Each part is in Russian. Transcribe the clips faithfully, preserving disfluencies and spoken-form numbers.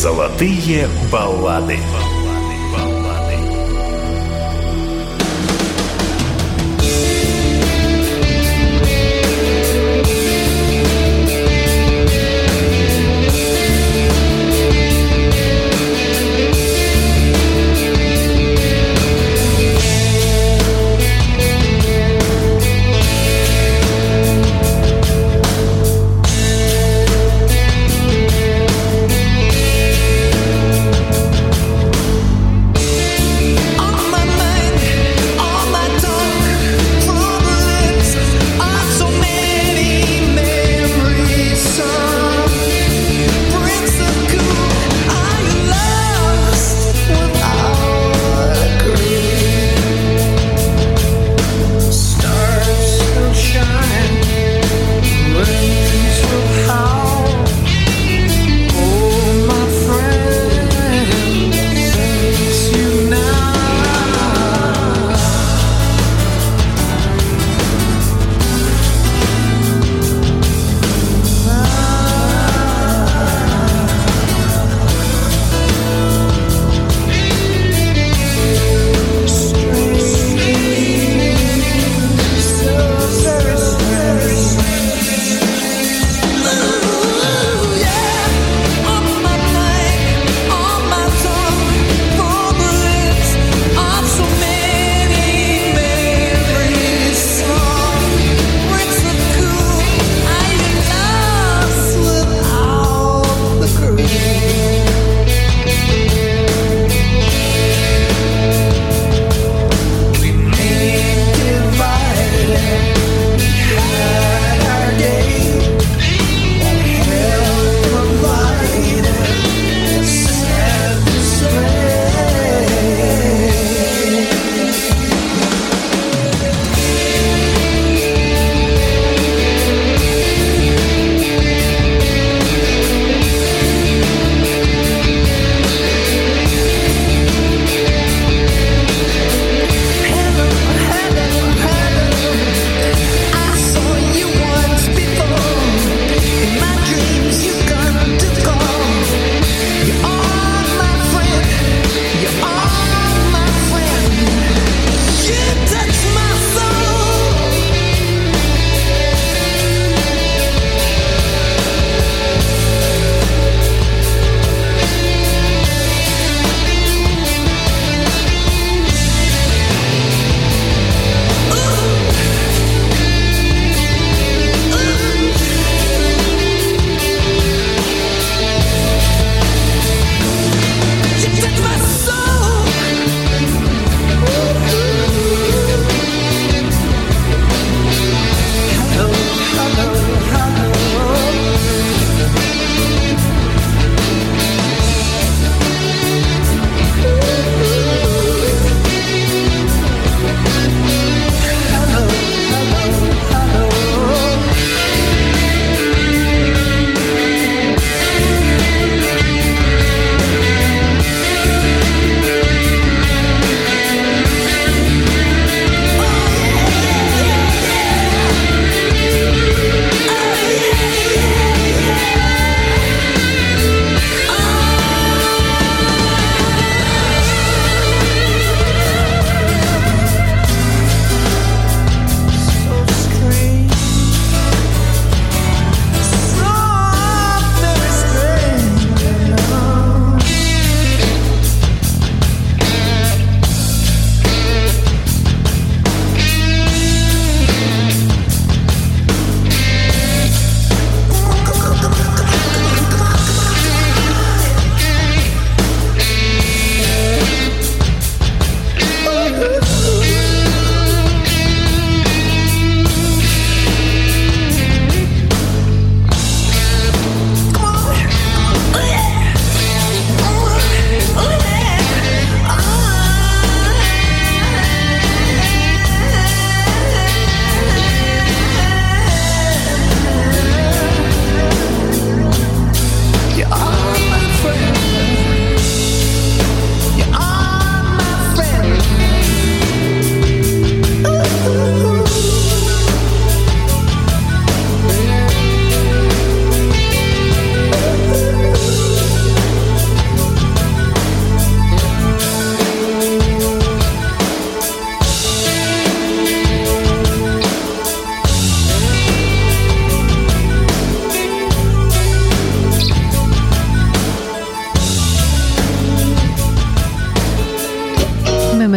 Золотые баллады.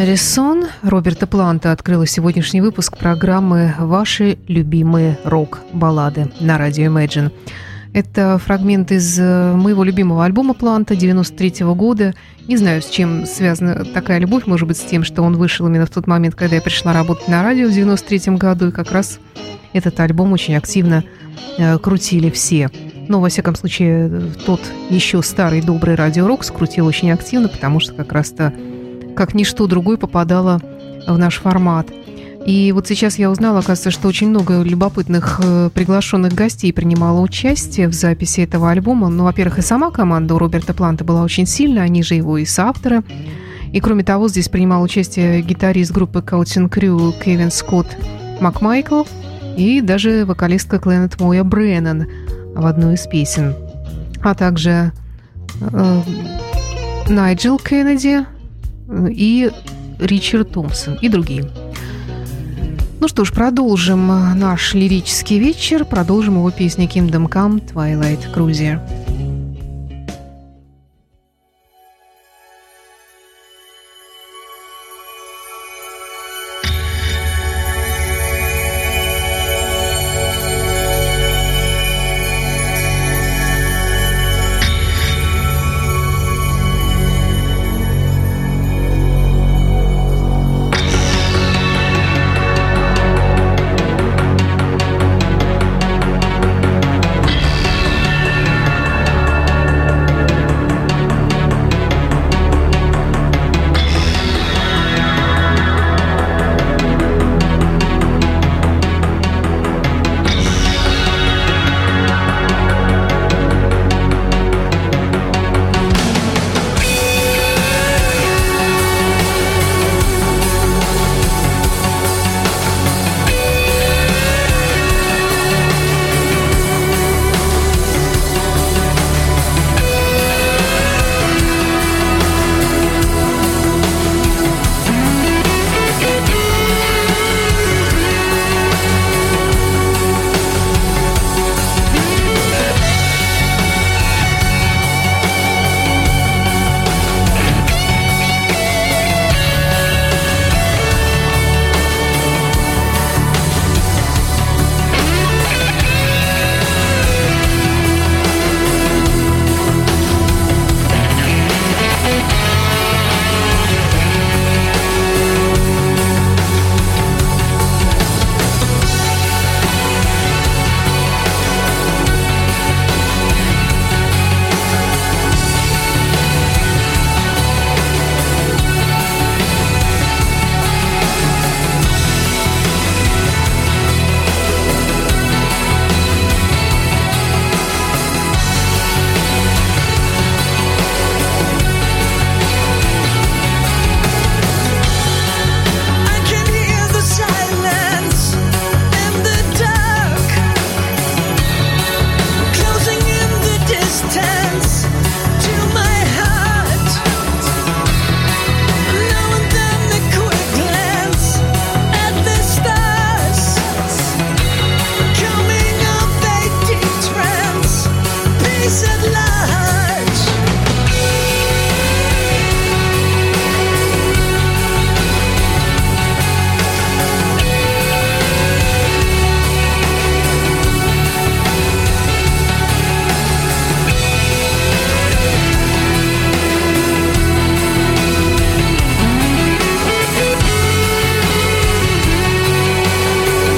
Сон Роберта Планта открыла сегодняшний выпуск программы «Ваши любимые рок-баллады» на радио Imagine. Это фрагмент из моего любимого альбома Планта девяносто третьего года. Не знаю, с чем связана такая любовь. Может быть, с тем, что он вышел именно в тот момент, когда я пришла работать на радио в девяносто третьем году. И как раз этот альбом очень активно э, крутили все. Но, во всяком случае, тот еще старый добрый радиорок скрутил очень активно, потому что как раз-то как ничто другое попадало в наш формат. И вот сейчас я узнала, оказывается, что очень много любопытных э, приглашенных гостей принимало участие в записи этого альбома. Ну, во-первых, и сама команда у Роберта Планта была очень сильная, они же его и соавторы. И, кроме того, здесь принимал участие гитарист группы Counting Crew Кевин Скотт Макмайкл и даже вокалистка Planet Moya Бреннан в одной из песен. А также э, Найджел Кеннеди и Ричард Томпсон и другие. Ну что ж, продолжим наш лирический вечер, продолжим его песней Kingdom Come, Twilight Cruiser.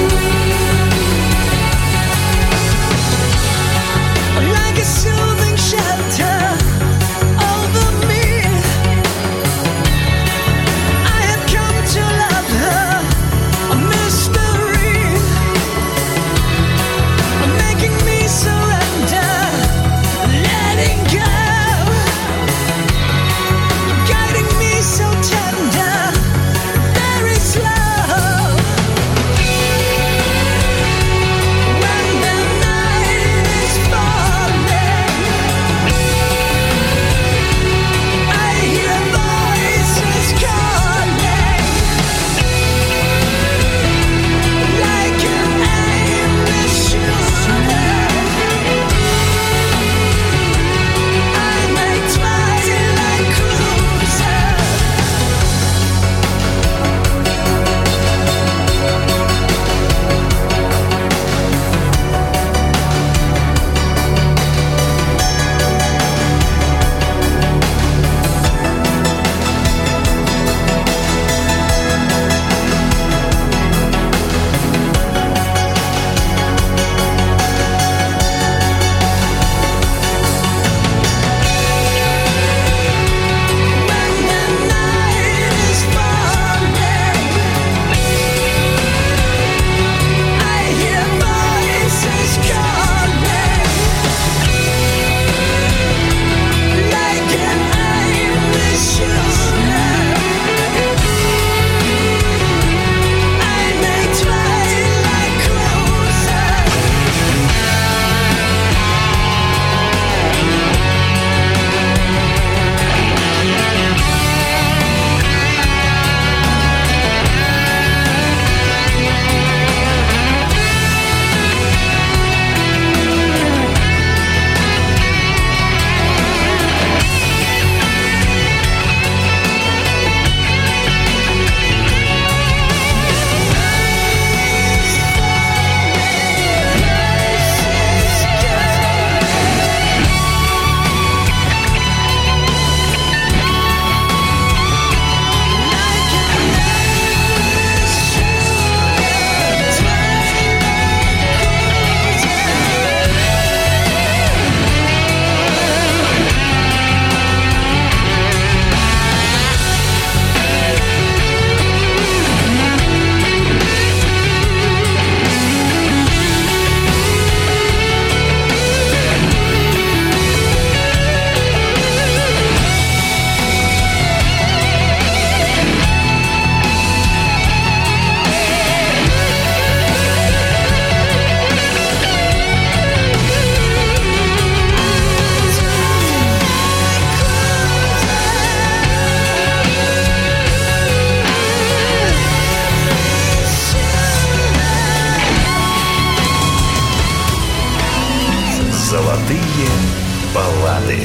Like a soothing баллады.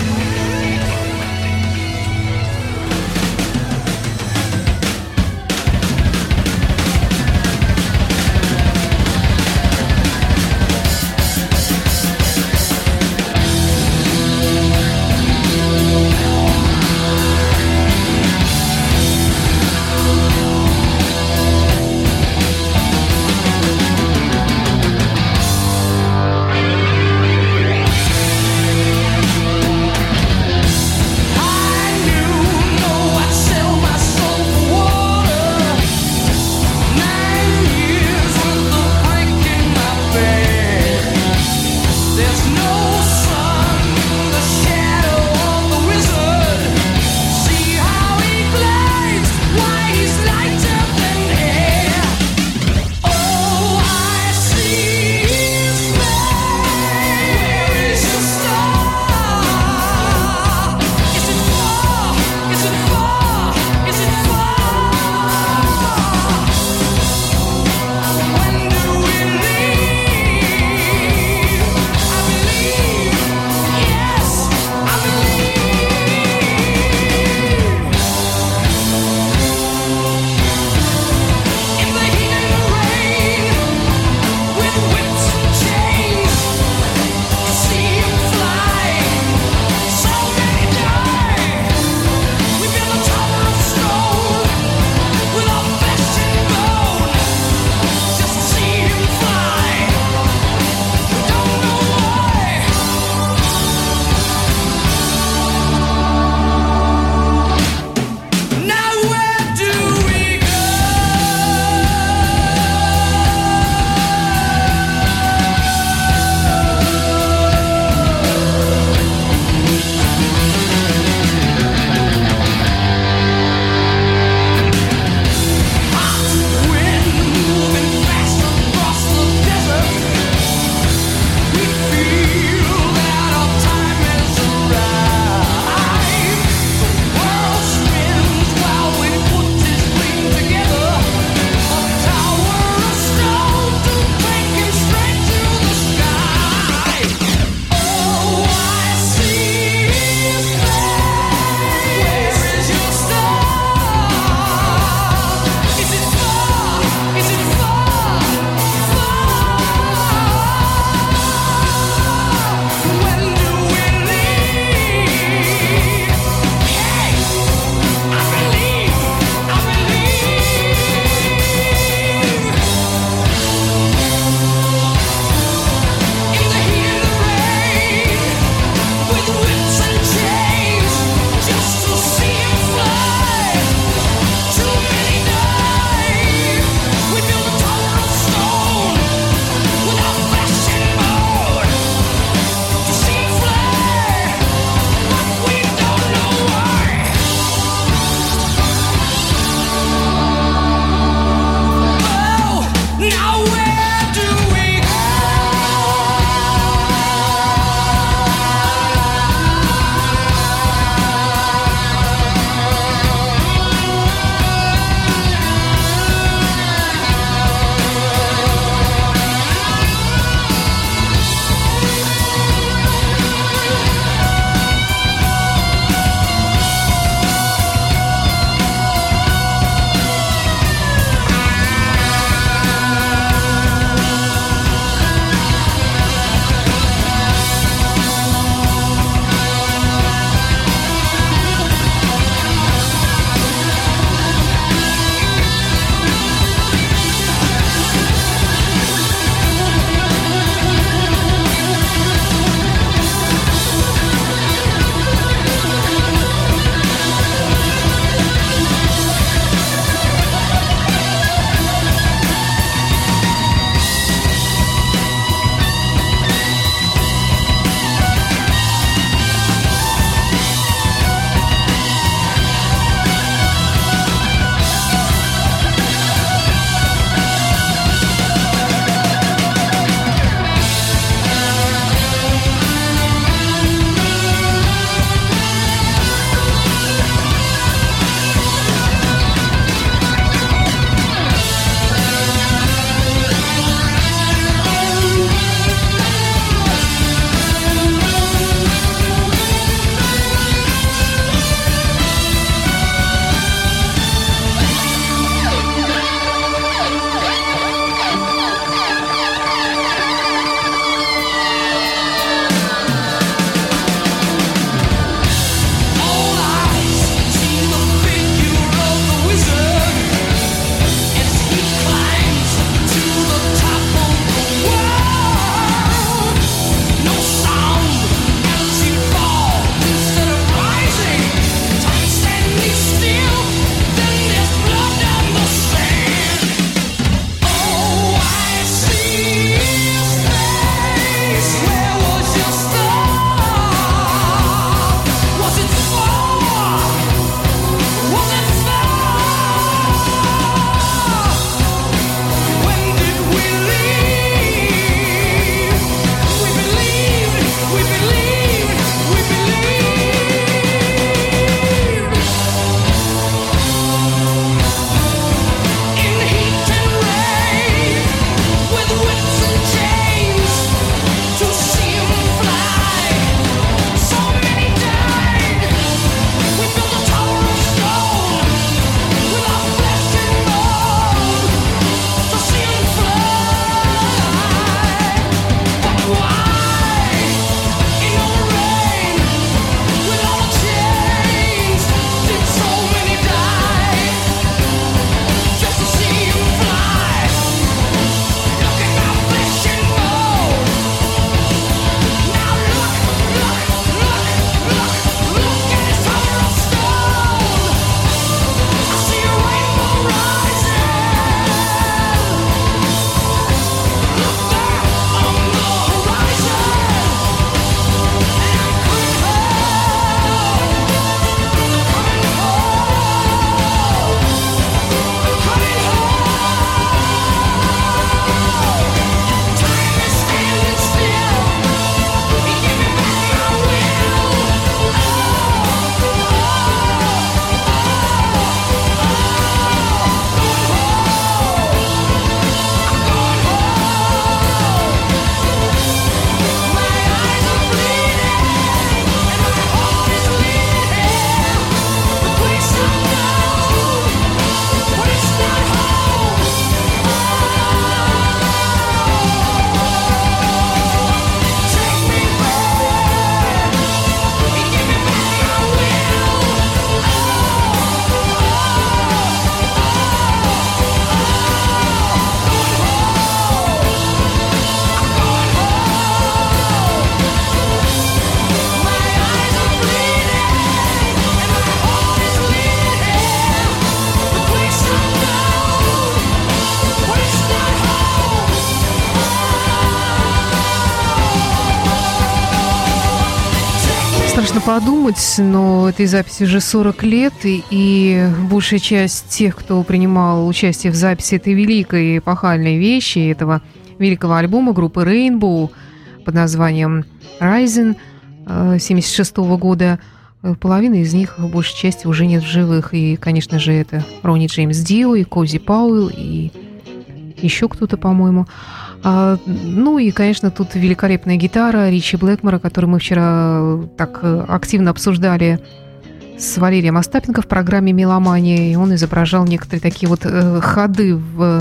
Страшно подумать, но этой записи уже сорок лет, и, и большая часть тех, кто принимал участие в записи этой великой эпохальной вещи, этого великого альбома группы Rainbow под названием Rising семьдесят шестого года, половина из них, большей части, уже нет в живых. И, конечно же, это Ронни Джеймс Дио, и Кози Пауэлл, и еще кто-то, по-моему. А, ну и, конечно, тут великолепная гитара Ричи Блэкмора, которую мы вчера так активно обсуждали с Валерием Остапенко в программе «Меломания». И он изображал некоторые такие вот э, ходы в,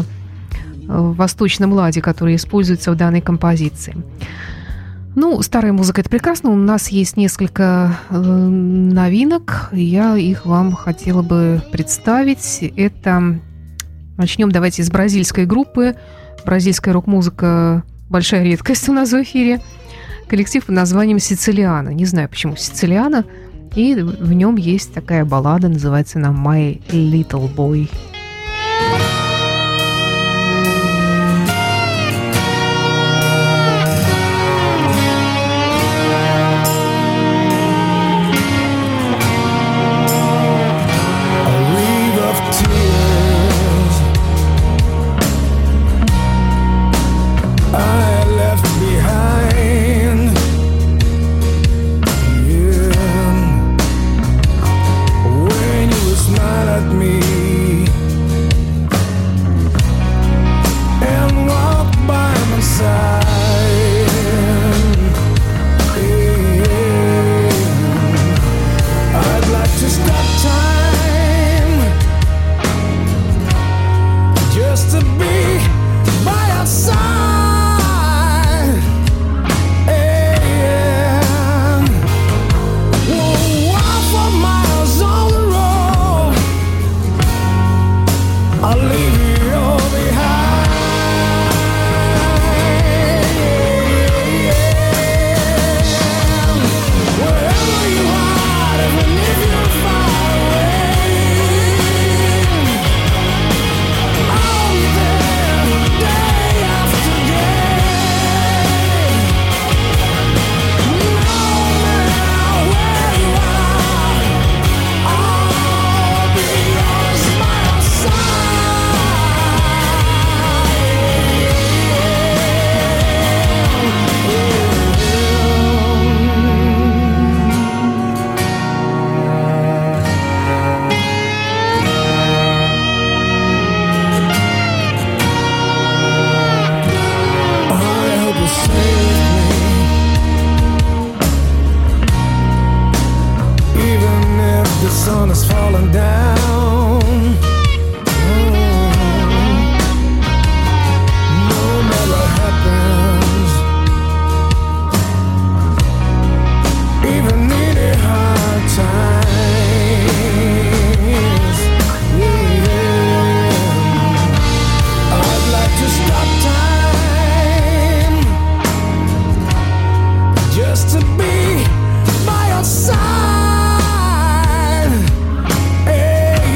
в восточном ладе, которые используются в данной композиции. Ну, старая музыка – это прекрасно. У нас есть несколько э, новинок. Я их вам хотела бы представить. Это... Начнем давайте с бразильской группы. Бразильская рок-музыка – большая редкость у нас в эфире. Коллектив под названием «Сицилиана». Не знаю, почему «Сицилиана». И в нем есть такая баллада, называется она «My Little Boy». By your side, hey.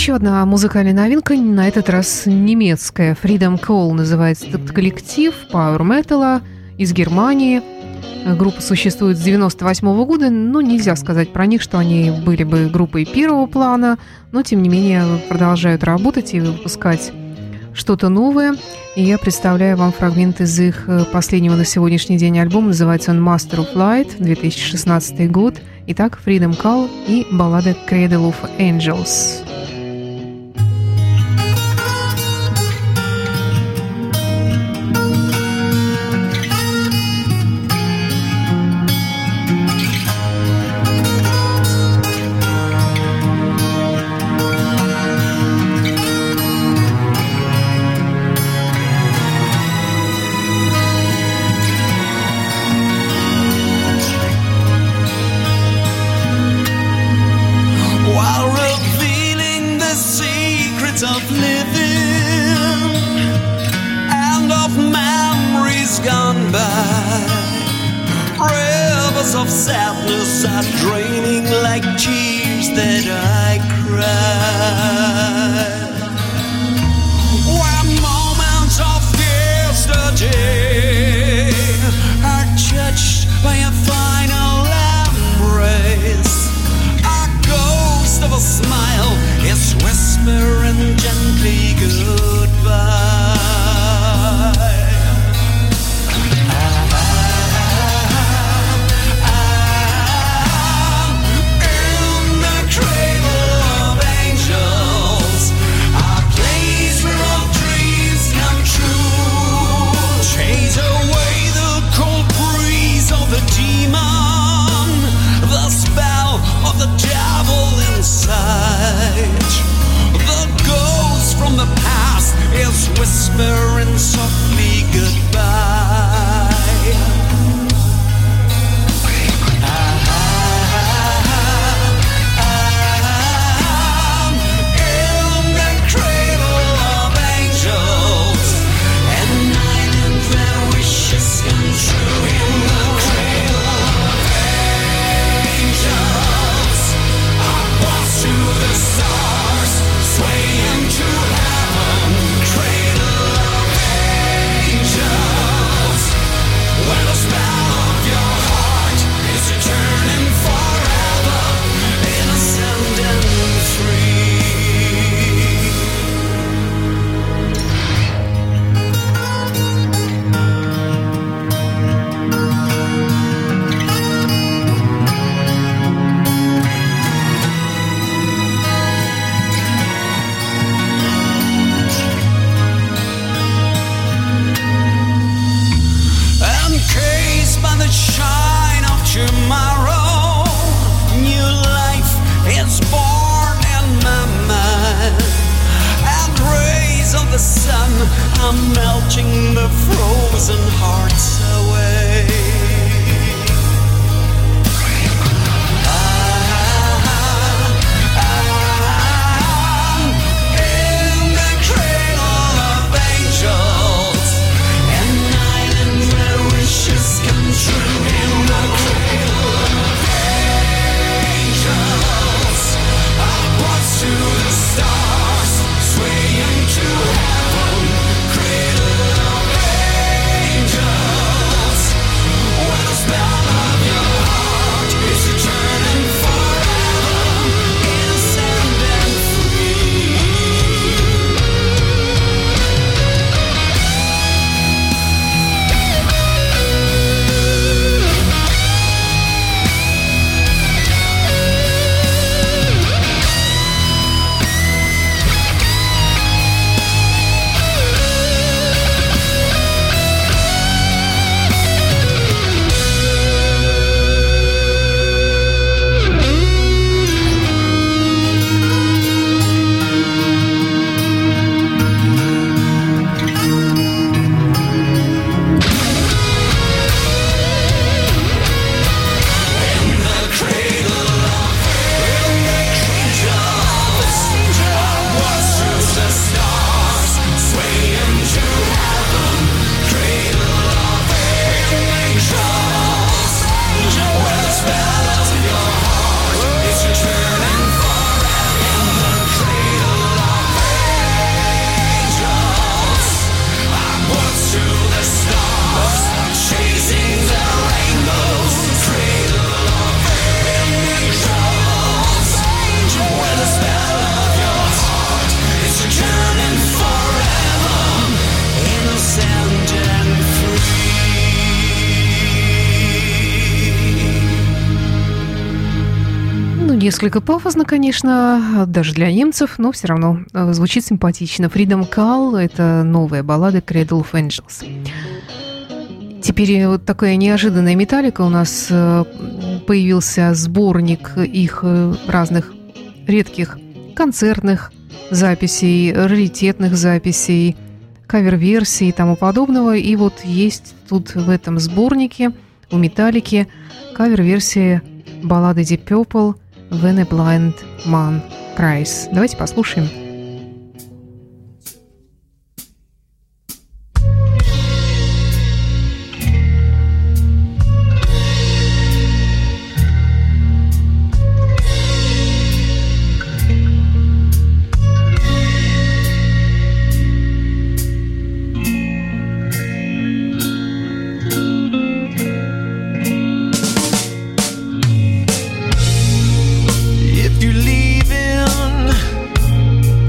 Еще одна музыкальная новинка, на этот раз немецкая. Freedom Call называется этот коллектив Power Metal из Германии. Группа существует с девяносто восьмого года, но нельзя сказать про них, что они были бы группой первого плана, но тем не менее продолжают работать и выпускать что-то новое. И я представляю вам фрагмент из их последнего на сегодняшний день альбома. Называется он Master of Light, две тысячи шестнадцатый год. Итак, Freedom Call и баллада Cradle of Angels. Of sadness are draining like tears that I cried. When moments of yesterday are touched by a final embrace, a ghost of a smile is whispering gently goodbye. Whispering softly goodbye. I'm in the cradle of angels, and night and their wishes come true. In the cradle of angels, I walk to the stars, swaying to heaven. Cradle of angels, when the spell of your heart is returning forever, innocent and free. Encased by the shine of tomorrow, new life is born in my mind, and rays of the sun are melting the frozen hearts away. I'm in the cradle of angels, and night and their wishes come true. In the cradle of angels, upwards to the stars, swaying to heaven. Cradle of angels. Несколько пафосно, конечно, даже для немцев, но все равно звучит симпатично. Freedom Call – это новая баллада Cradle of Angels. Теперь вот такая неожиданная металлика. У нас появился сборник их разных редких концертных записей, раритетных записей, кавер-версий и тому подобного. И вот есть тут в этом сборнике у Металлики кавер-версия баллады Deep Purple «When a Blind Man Cries». Давайте послушаем. If you're leaving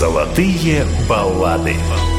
Золотые баллады.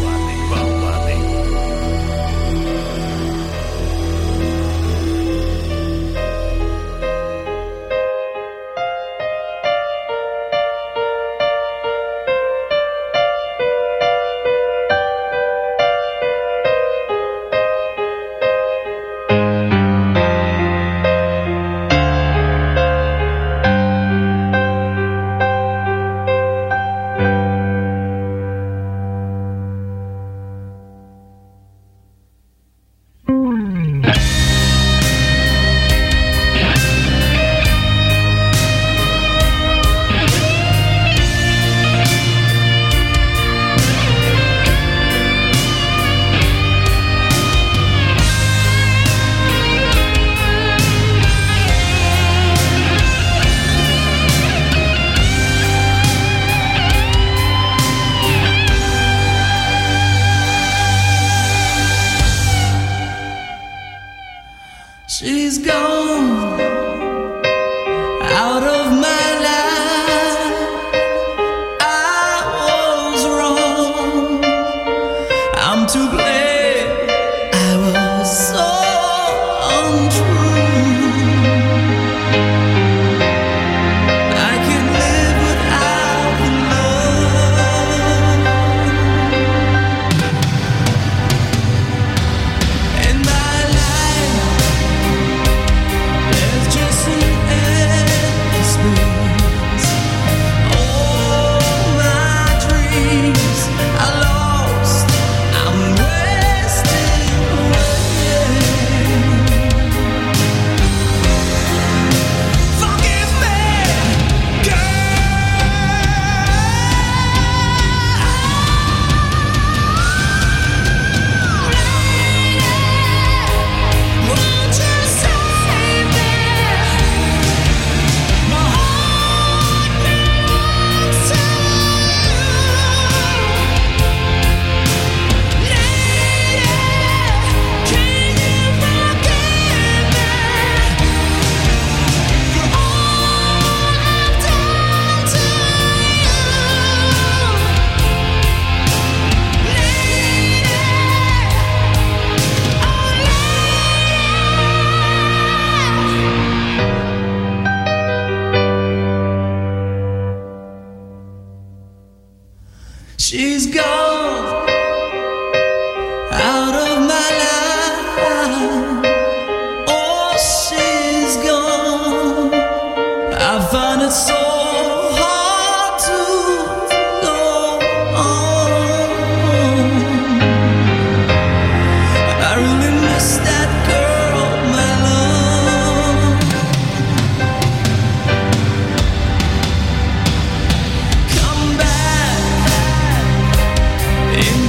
She's gone out of my life. I was wrong. I'm to blame. I was so untrue. I can't live without the love. And my life, there's just an empty space. All my dreams are lost. I'm wasting away. Forgive me, girl. Won't you save me? My heart belongs to you. Lady, can you forgive me for all I've done to you? Lady, she's gone out of my life. Oh, she's gone. I find it so hard to go on. I really miss that girl, my love. Come back in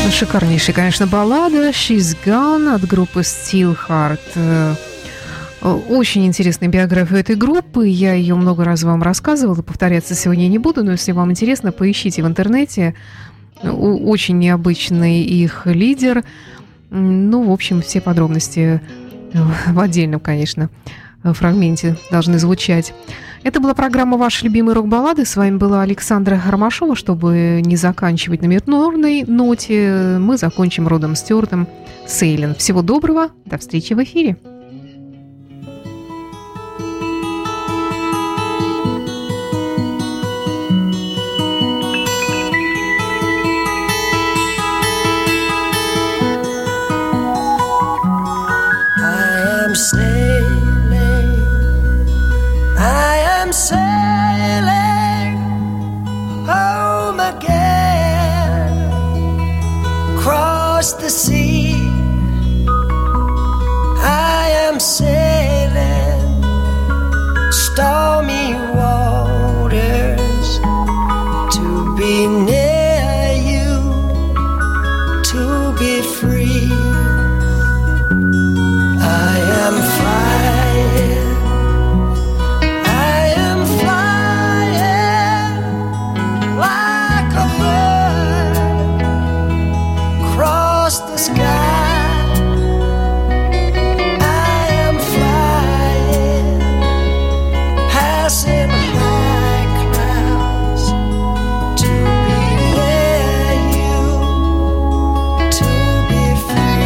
Шикарнейшая, конечно, баллада «She's Gone» от группы Steelheart. Очень интересная биография этой группы. Я ее много раз вам рассказывала, повторяться сегодня не буду, но если вам интересно, поищите в интернете. Очень необычный их лидер. Ну, в общем, все подробности в отдельном, конечно, фрагменте должны звучать. Это была программа «Ваши любимые рок-баллады». С вами была Александра Ромашова. Чтобы не заканчивать на минорной ноте, мы закончим Родом Стюартом «Сейлин». Всего доброго, до встречи в эфире. Sailing home again across the sea. I am sailing stormy waters to be near you, to be free. I am flying. Free.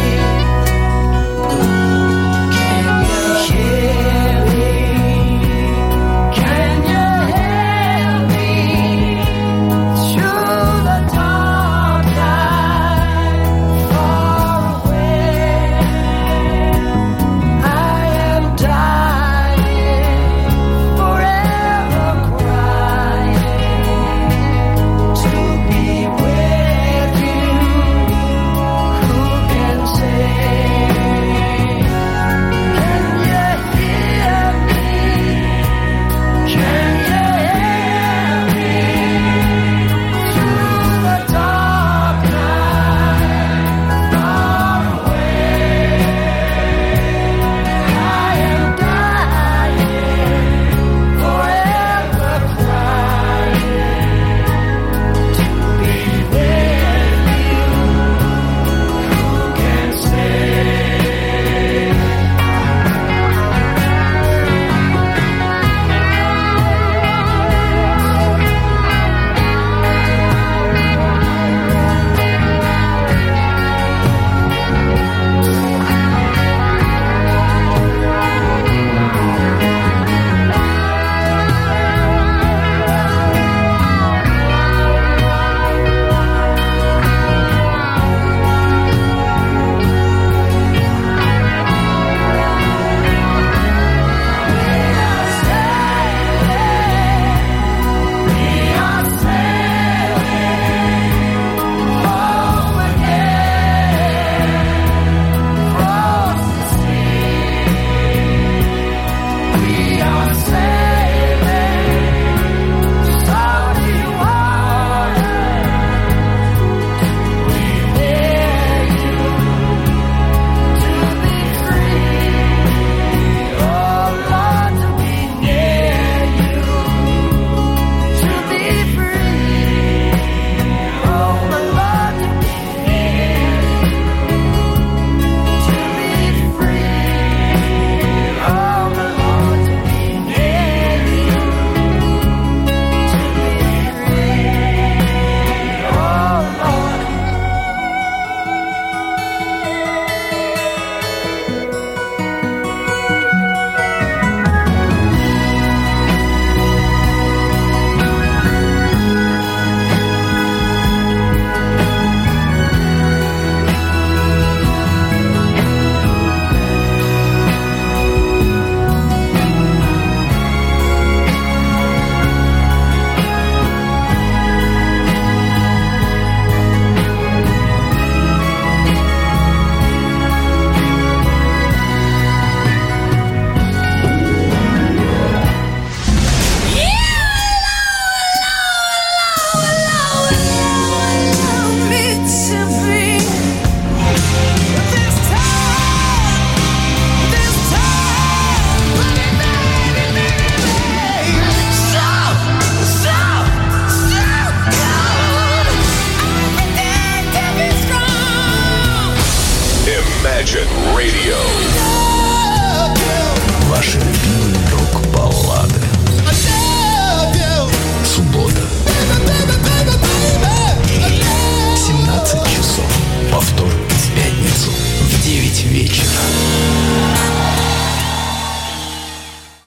Imagine Radio. Ваши любимые